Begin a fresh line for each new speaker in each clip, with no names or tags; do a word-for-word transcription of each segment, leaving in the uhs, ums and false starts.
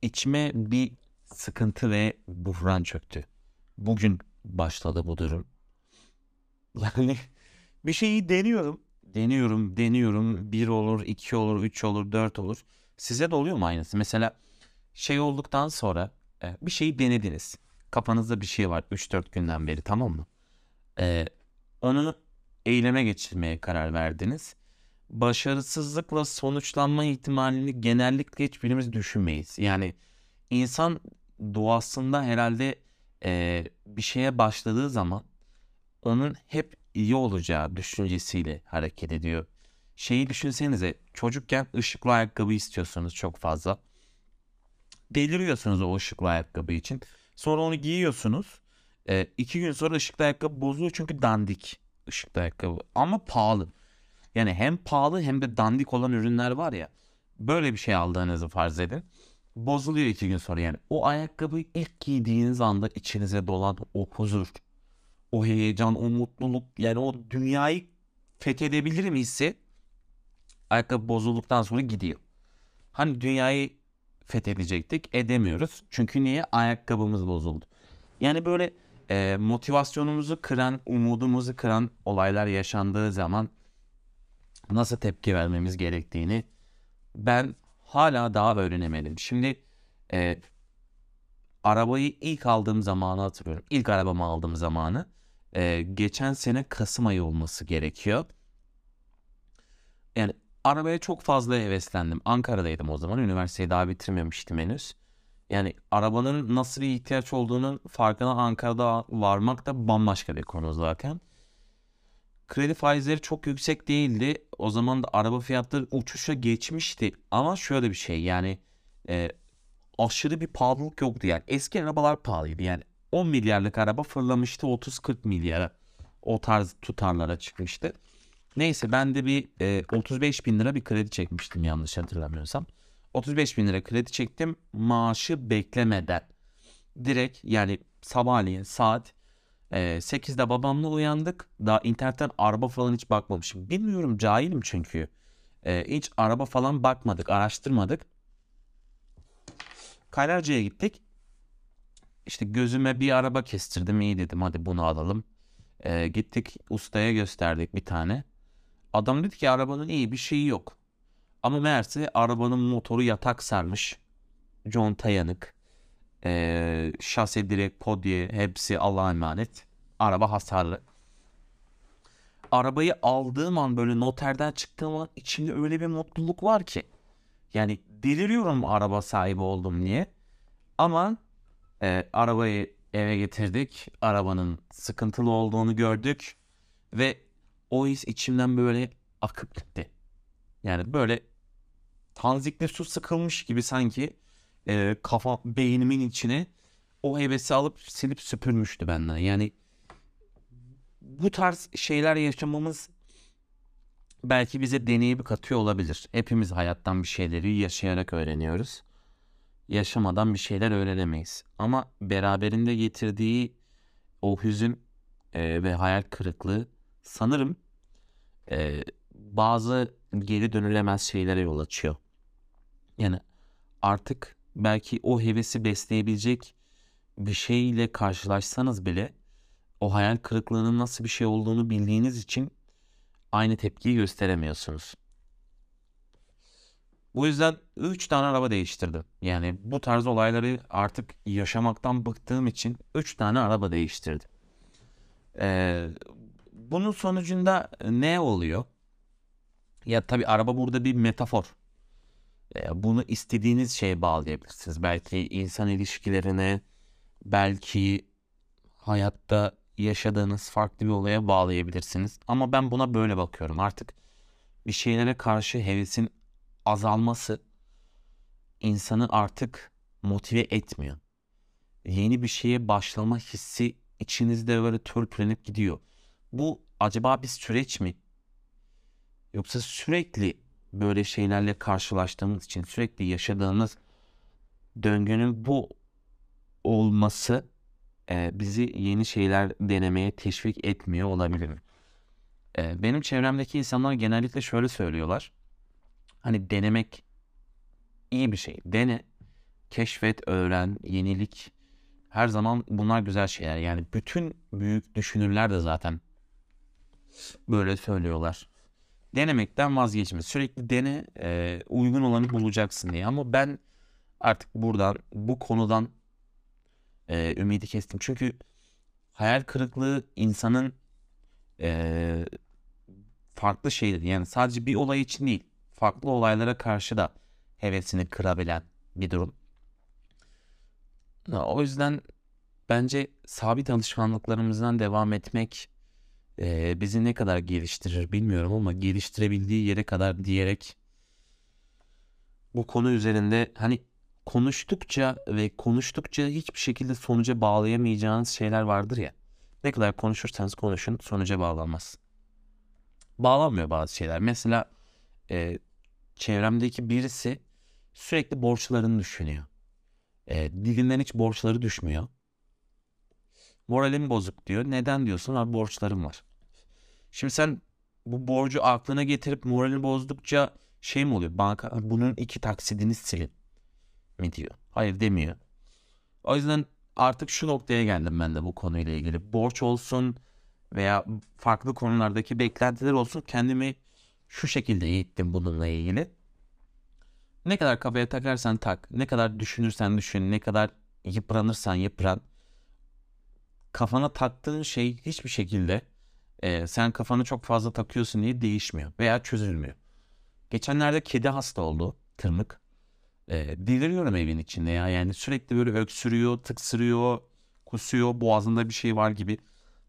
içime bir sıkıntı ve buhran çöktü. Bugün başladı bu durum. Yani bir şeyi deniyorum. Deniyorum, deniyorum. Bir olur, iki olur, üç olur, dört olur. Size de oluyor mu aynısı? Mesela şey olduktan sonra e, bir şeyi denediniz. Kafanızda bir şey var üç dört günden beri, tamam mı? E, Onu eyleme geçirmeye karar verdiniz. Başarısızlıkla sonuçlanma ihtimalini genellikle hiçbirimiz düşünmeyiz. Yani insan doğasında herhalde e, bir şeye başladığı zaman onun hep iyi olacağı düşüncesiyle hareket ediyor. Şeyi düşünsenize, çocukken ışıklı ayakkabı istiyorsunuz çok fazla. Deliriyorsunuz o ışıklı ayakkabı için. Sonra onu giyiyorsunuz. E, iki gün sonra ışıklı ayakkabı bozuluyor çünkü dandik ışıklı ayakkabı. Ama pahalı. Yani hem pahalı hem de dandik olan ürünler var ya. Böyle bir şey aldığınızı farz edin. Bozuluyor iki gün sonra yani. O ayakkabıyı ilk giydiğiniz anda içinize dolan o huzur, o heyecan, o mutluluk, yani o dünyayı fethedebilirim hissi ayakkabı bozulduktan sonra gidiyor. Hani dünyayı fethedecektik, edemiyoruz. Çünkü niye? Ayakkabımız bozuldu. Yani böyle e, motivasyonumuzu kıran, umudumuzu kıran olaylar yaşandığı zaman nasıl tepki vermemiz gerektiğini ben hala daha öğrenemedim. Şimdi e, arabayı ilk aldığım zamanı hatırlıyorum. İlk arabamı aldığım zamanı. E, geçen sene Kasım ayı olması gerekiyor. Yani arabaya çok fazla heveslendim. Ankara'daydım o zaman. Üniversiteyi daha bitirmemiştim henüz. Yani arabanın nasıl bir ihtiyaç olduğunun farkına Ankara'da varmak da bambaşka bir konu zaten. Kredi faizleri çok yüksek değildi. O zaman da araba fiyatları uçuşa geçmişti. Ama şöyle bir şey, yani e, aşırı bir pahalılık yoktu yani. Eski arabalar pahalıydı yani. on milyarlık araba fırlamıştı otuz kırk milyara. O tarz tutarlara çıkmıştı. Neyse ben de bir e, otuz beş bin lira bir kredi çekmiştim yanlış hatırlamıyorsam. otuz beş bin lira kredi çektim maaşı beklemeden. Direkt yani sabahleyin saat e, sekizde babamla uyandık. Daha internetten araba falan hiç bakmamışım. Bilmiyorum, cahilim çünkü. E, hiç araba falan bakmadık, araştırmadık. Kaynarca'ya gittik. İşte gözüme bir araba kestirdim, iyi dedim hadi bunu alalım. E, gittik ustaya gösterdik bir tane. Adam dedi ki arabanın iyi bir şeyi yok. Ama meğerse arabanın motoru yatak sarmış. Conta yanık. Ee, şase direkt podye hepsi Allah'a emanet. Araba hasarlı. Arabayı aldığım an, böyle noterden çıktığım an içimde öyle bir mutluluk var ki. Yani deliriyorum araba sahibi oldum diye. Ama e, arabayı eve getirdik. Arabanın sıkıntılı olduğunu gördük. Ve o his içimden böyle akıp gitti. Yani böyle tanzikle su sıkılmış gibi sanki e, kafa beynimin içine o hevesi alıp silip süpürmüştü benden. Yani bu tarz şeyler yaşamamız belki bize deneyimi katıyor olabilir. Hepimiz hayattan bir şeyleri yaşayarak öğreniyoruz. Yaşamadan bir şeyler öğrenemeyiz. Ama beraberinde getirdiği o hüzün e, ve hayal kırıklığı sanırım e, bazı geri dönülemez şeylere yol açıyor. Yani artık belki o hevesi besleyebilecek bir şeyle karşılaşsanız bile o hayal kırıklığının nasıl bir şey olduğunu bildiğiniz için aynı tepkiyi gösteremiyorsunuz. Bu yüzden üç tane araba değiştirdim. Yani bu tarz olayları artık yaşamaktan bıktığım için üç tane araba değiştirdim. Ee, Bunun sonucunda ne oluyor? Ya tabii araba burada bir metafor. Ee, bunu istediğiniz şeye bağlayabilirsiniz. Belki insan ilişkilerine, belki hayatta yaşadığınız farklı bir olaya bağlayabilirsiniz. Ama ben buna böyle bakıyorum. Artık bir şeylere karşı hevesin azalması insanı artık motive etmiyor. Yeni bir şeye başlama hissi içinizde böyle törpülenip gidiyor. Bu acaba bir süreç mi? Yoksa sürekli böyle şeylerle karşılaştığımız için, sürekli yaşadığımız döngünün bu olması e, bizi yeni şeyler denemeye teşvik etmiyor olabilir mi? E, benim çevremdeki insanlar genellikle şöyle söylüyorlar. Hani denemek iyi bir şey. Dene. keşfet, öğren, yenilik, her zaman bunlar güzel şeyler. Yani bütün büyük düşünürler de zaten böyle söylüyorlar. Denemekten vazgeçme. Sürekli dene, e, uygun olanı bulacaksın diye. Ama ben artık buradan, bu konudan e, ümidi kestim. Çünkü hayal kırıklığı insanın e, farklı şeyleri, yani sadece bir olay için değil, farklı olaylara karşı da hevesini kırabilen bir durum. Ha, O yüzden bence sabit alışkanlıklarımızdan devam etmek e, bizi ne kadar geliştirir bilmiyorum ama geliştirebildiği yere kadar diyerek bu konu üzerinde hani konuştukça ve konuştukça hiçbir şekilde sonuca bağlayamayacağınız şeyler vardır ya. Ne kadar konuşursanız konuşun sonuca bağlanmaz. Bağlanmıyor bazı şeyler. Mesela e, çevremdeki birisi sürekli borçlarını düşünüyor. E, dilinden hiç borçları düşmüyor. Moralim bozuk diyor. Neden diyorsun? Abi borçlarım var. Şimdi sen bu borcu aklına getirip moralini bozdukça şey mi oluyor? Banka bunun iki taksidini silin mi diyor. Hayır demiyor. O yüzden artık şu noktaya geldim ben de bu konuyla ilgili. Borç olsun veya farklı konulardaki beklentiler olsun, kendimi şu şekilde eğittim bununla ilgili. Ne kadar kafaya takarsan tak, ne kadar düşünürsen düşün, ne kadar yıpranırsan yıpran, kafana taktığın şey hiçbir şekilde e, sen kafanı çok fazla takıyorsun diye değişmiyor veya çözülmüyor. Geçenlerde kedi hasta oldu, tırmık. E, deliriyorum evin içinde ya. Yani sürekli böyle öksürüyor, tıksırıyor, kusuyor, boğazında bir şey var gibi.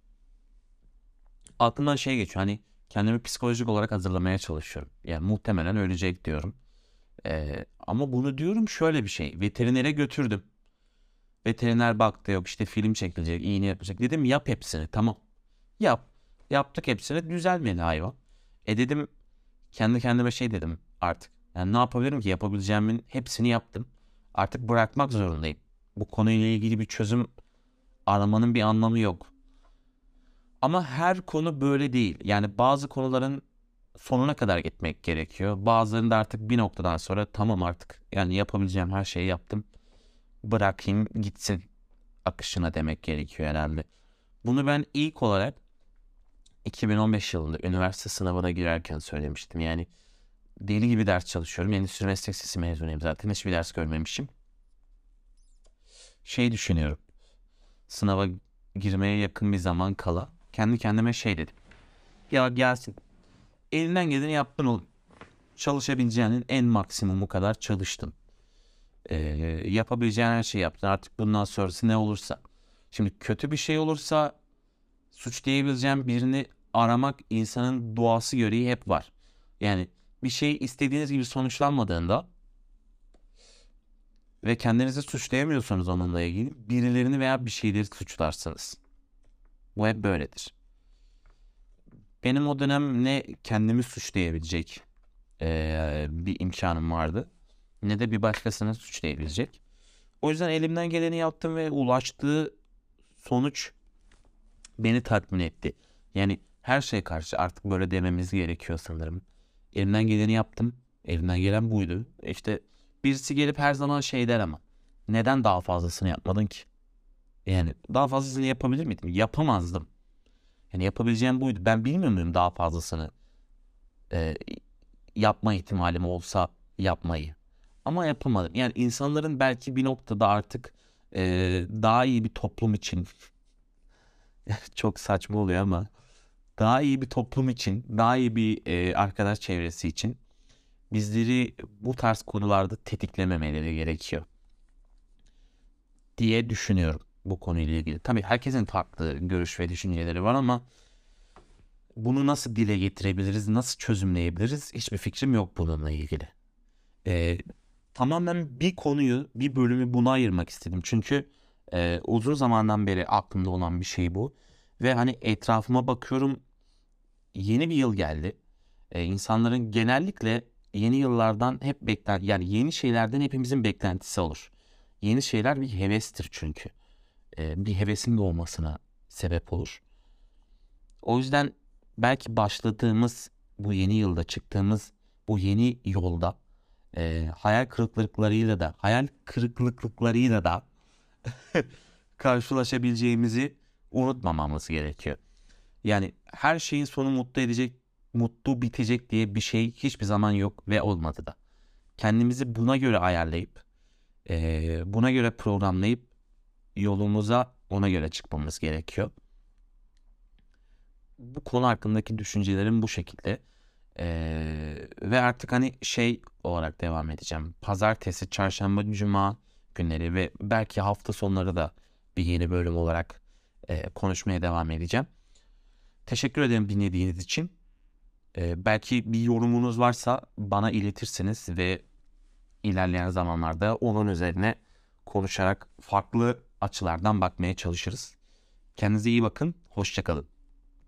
Aklımdan şey geçiyor, hani kendimi psikolojik olarak hazırlamaya çalışıyorum. Yani muhtemelen ölecek diyorum. E, ama bunu diyorum şöyle bir şey. Veterinere götürdüm. Veteriner baktı, yok işte film çekilecek, iğne yapacak. Dedim yap hepsini, tamam. Yap. Yaptık hepsini, düzelmedi hayvan. E dedim, kendi kendime şey dedim artık. Yani ne yapabilirim ki, yapabileceğimin hepsini yaptım. Artık bırakmak zorundayım. Bu konuyla ilgili bir çözüm aramanın bir anlamı yok. Ama her konu böyle değil. Yani bazı konuların sonuna kadar gitmek gerekiyor. Bazılarında artık bir noktadan sonra tamam artık. Yani yapabileceğim her şeyi yaptım. Bırakayım gitsin akışına demek gerekiyor herhalde. Bunu ben ilk olarak iki bin on beş yılında üniversite sınavına girerken söylemiştim. Yani deli gibi ders çalışıyorum. Endüstri meslek lisesi mezunuyum zaten. Hiçbir ders görmemişim. Şey düşünüyorum. Sınava girmeye yakın bir zaman kala kendi kendime şey dedim. Ya gelsin. Elinden geleni yaptın oğlum. Çalışabileceğinin en maksimumu kadar çalıştın. Ee, yapabileceğin her şeyi yaptın. Artık bundan sonrası ne olursa. Şimdi kötü bir şey olursa suçlayabileceğim birini aramak insanın doğası gereği hep var. Yani bir şey istediğiniz gibi sonuçlanmadığında ve kendinizi suçlayamıyorsanız onunla ilgili birilerini veya bir şeyleri suçlarsınız. Bu hep böyledir. Benim o dönem ne kendimi suçlayabilecek eee, bir imkanım vardı, ne de bir başkasını suçlayabilecek. O yüzden elimden geleni yaptım ve ulaştığı sonuç beni tatmin etti. Yani her şeye karşı artık böyle dememiz gerekiyor sanırım. Elimden geleni yaptım. Elimden gelen buydu. İşte birisi gelip her zaman şey der ama neden daha fazlasını yapmadın ki? Yani daha fazlasını yapabilir miydim? Yapamazdım. Yani yapabileceğim buydu. Ben bilmiyor muyum daha fazlasını e, yapma ihtimalim olsa yapmayı? Ama yapamadım. Yani insanların belki bir noktada artık e, daha iyi bir toplum için çok saçma oluyor ama daha iyi bir toplum için, daha iyi bir e, arkadaş çevresi için bizleri bu tarz konularda tetiklememeleri gerekiyor diye düşünüyorum bu konuyla ilgili. Tabii herkesin farklı görüş ve düşünceleri var ama bunu nasıl dile getirebiliriz, nasıl çözümleyebiliriz hiçbir fikrim yok bununla ilgili. Ee, tamamen bir konuyu, bir bölümü buna ayırmak istedim. Çünkü e, uzun zamandan beri aklımda olan bir şey bu. Ve hani etrafıma bakıyorum, yeni bir yıl geldi. Ee, insanların genellikle yeni yıllardan hep beklen, yani yeni şeylerden hepimizin beklentisi olur. Yeni şeyler bir hevestir çünkü. Ee, bir hevesin de olmasına sebep olur. O yüzden belki başladığımız bu yeni yılda çıktığımız bu yeni yolda e, hayal kırıklıklarıyla da hayal kırıklıklarıyla da karşılaşabileceğimizi unutmamamız gerekiyor. Yani her şeyin sonu mutlu edecek, mutlu bitecek diye bir şey hiçbir zaman yok ve olmadı da. Kendimizi buna göre ayarlayıp, e, buna göre programlayıp yolumuza ona göre çıkmamız gerekiyor. Bu konu hakkındaki düşüncelerim bu şekilde. Ee, ve artık hani şey olarak devam edeceğim. Pazartesi, çarşamba, cuma günleri ve belki hafta sonları da bir yeni bölüm olarak e, konuşmaya devam edeceğim. Teşekkür ederim dinlediğiniz için. Ee, belki bir yorumunuz varsa bana iletirsiniz ve ilerleyen zamanlarda onun üzerine konuşarak farklı açılardan bakmaya çalışırız. Kendinize iyi bakın. Hoşça kalın.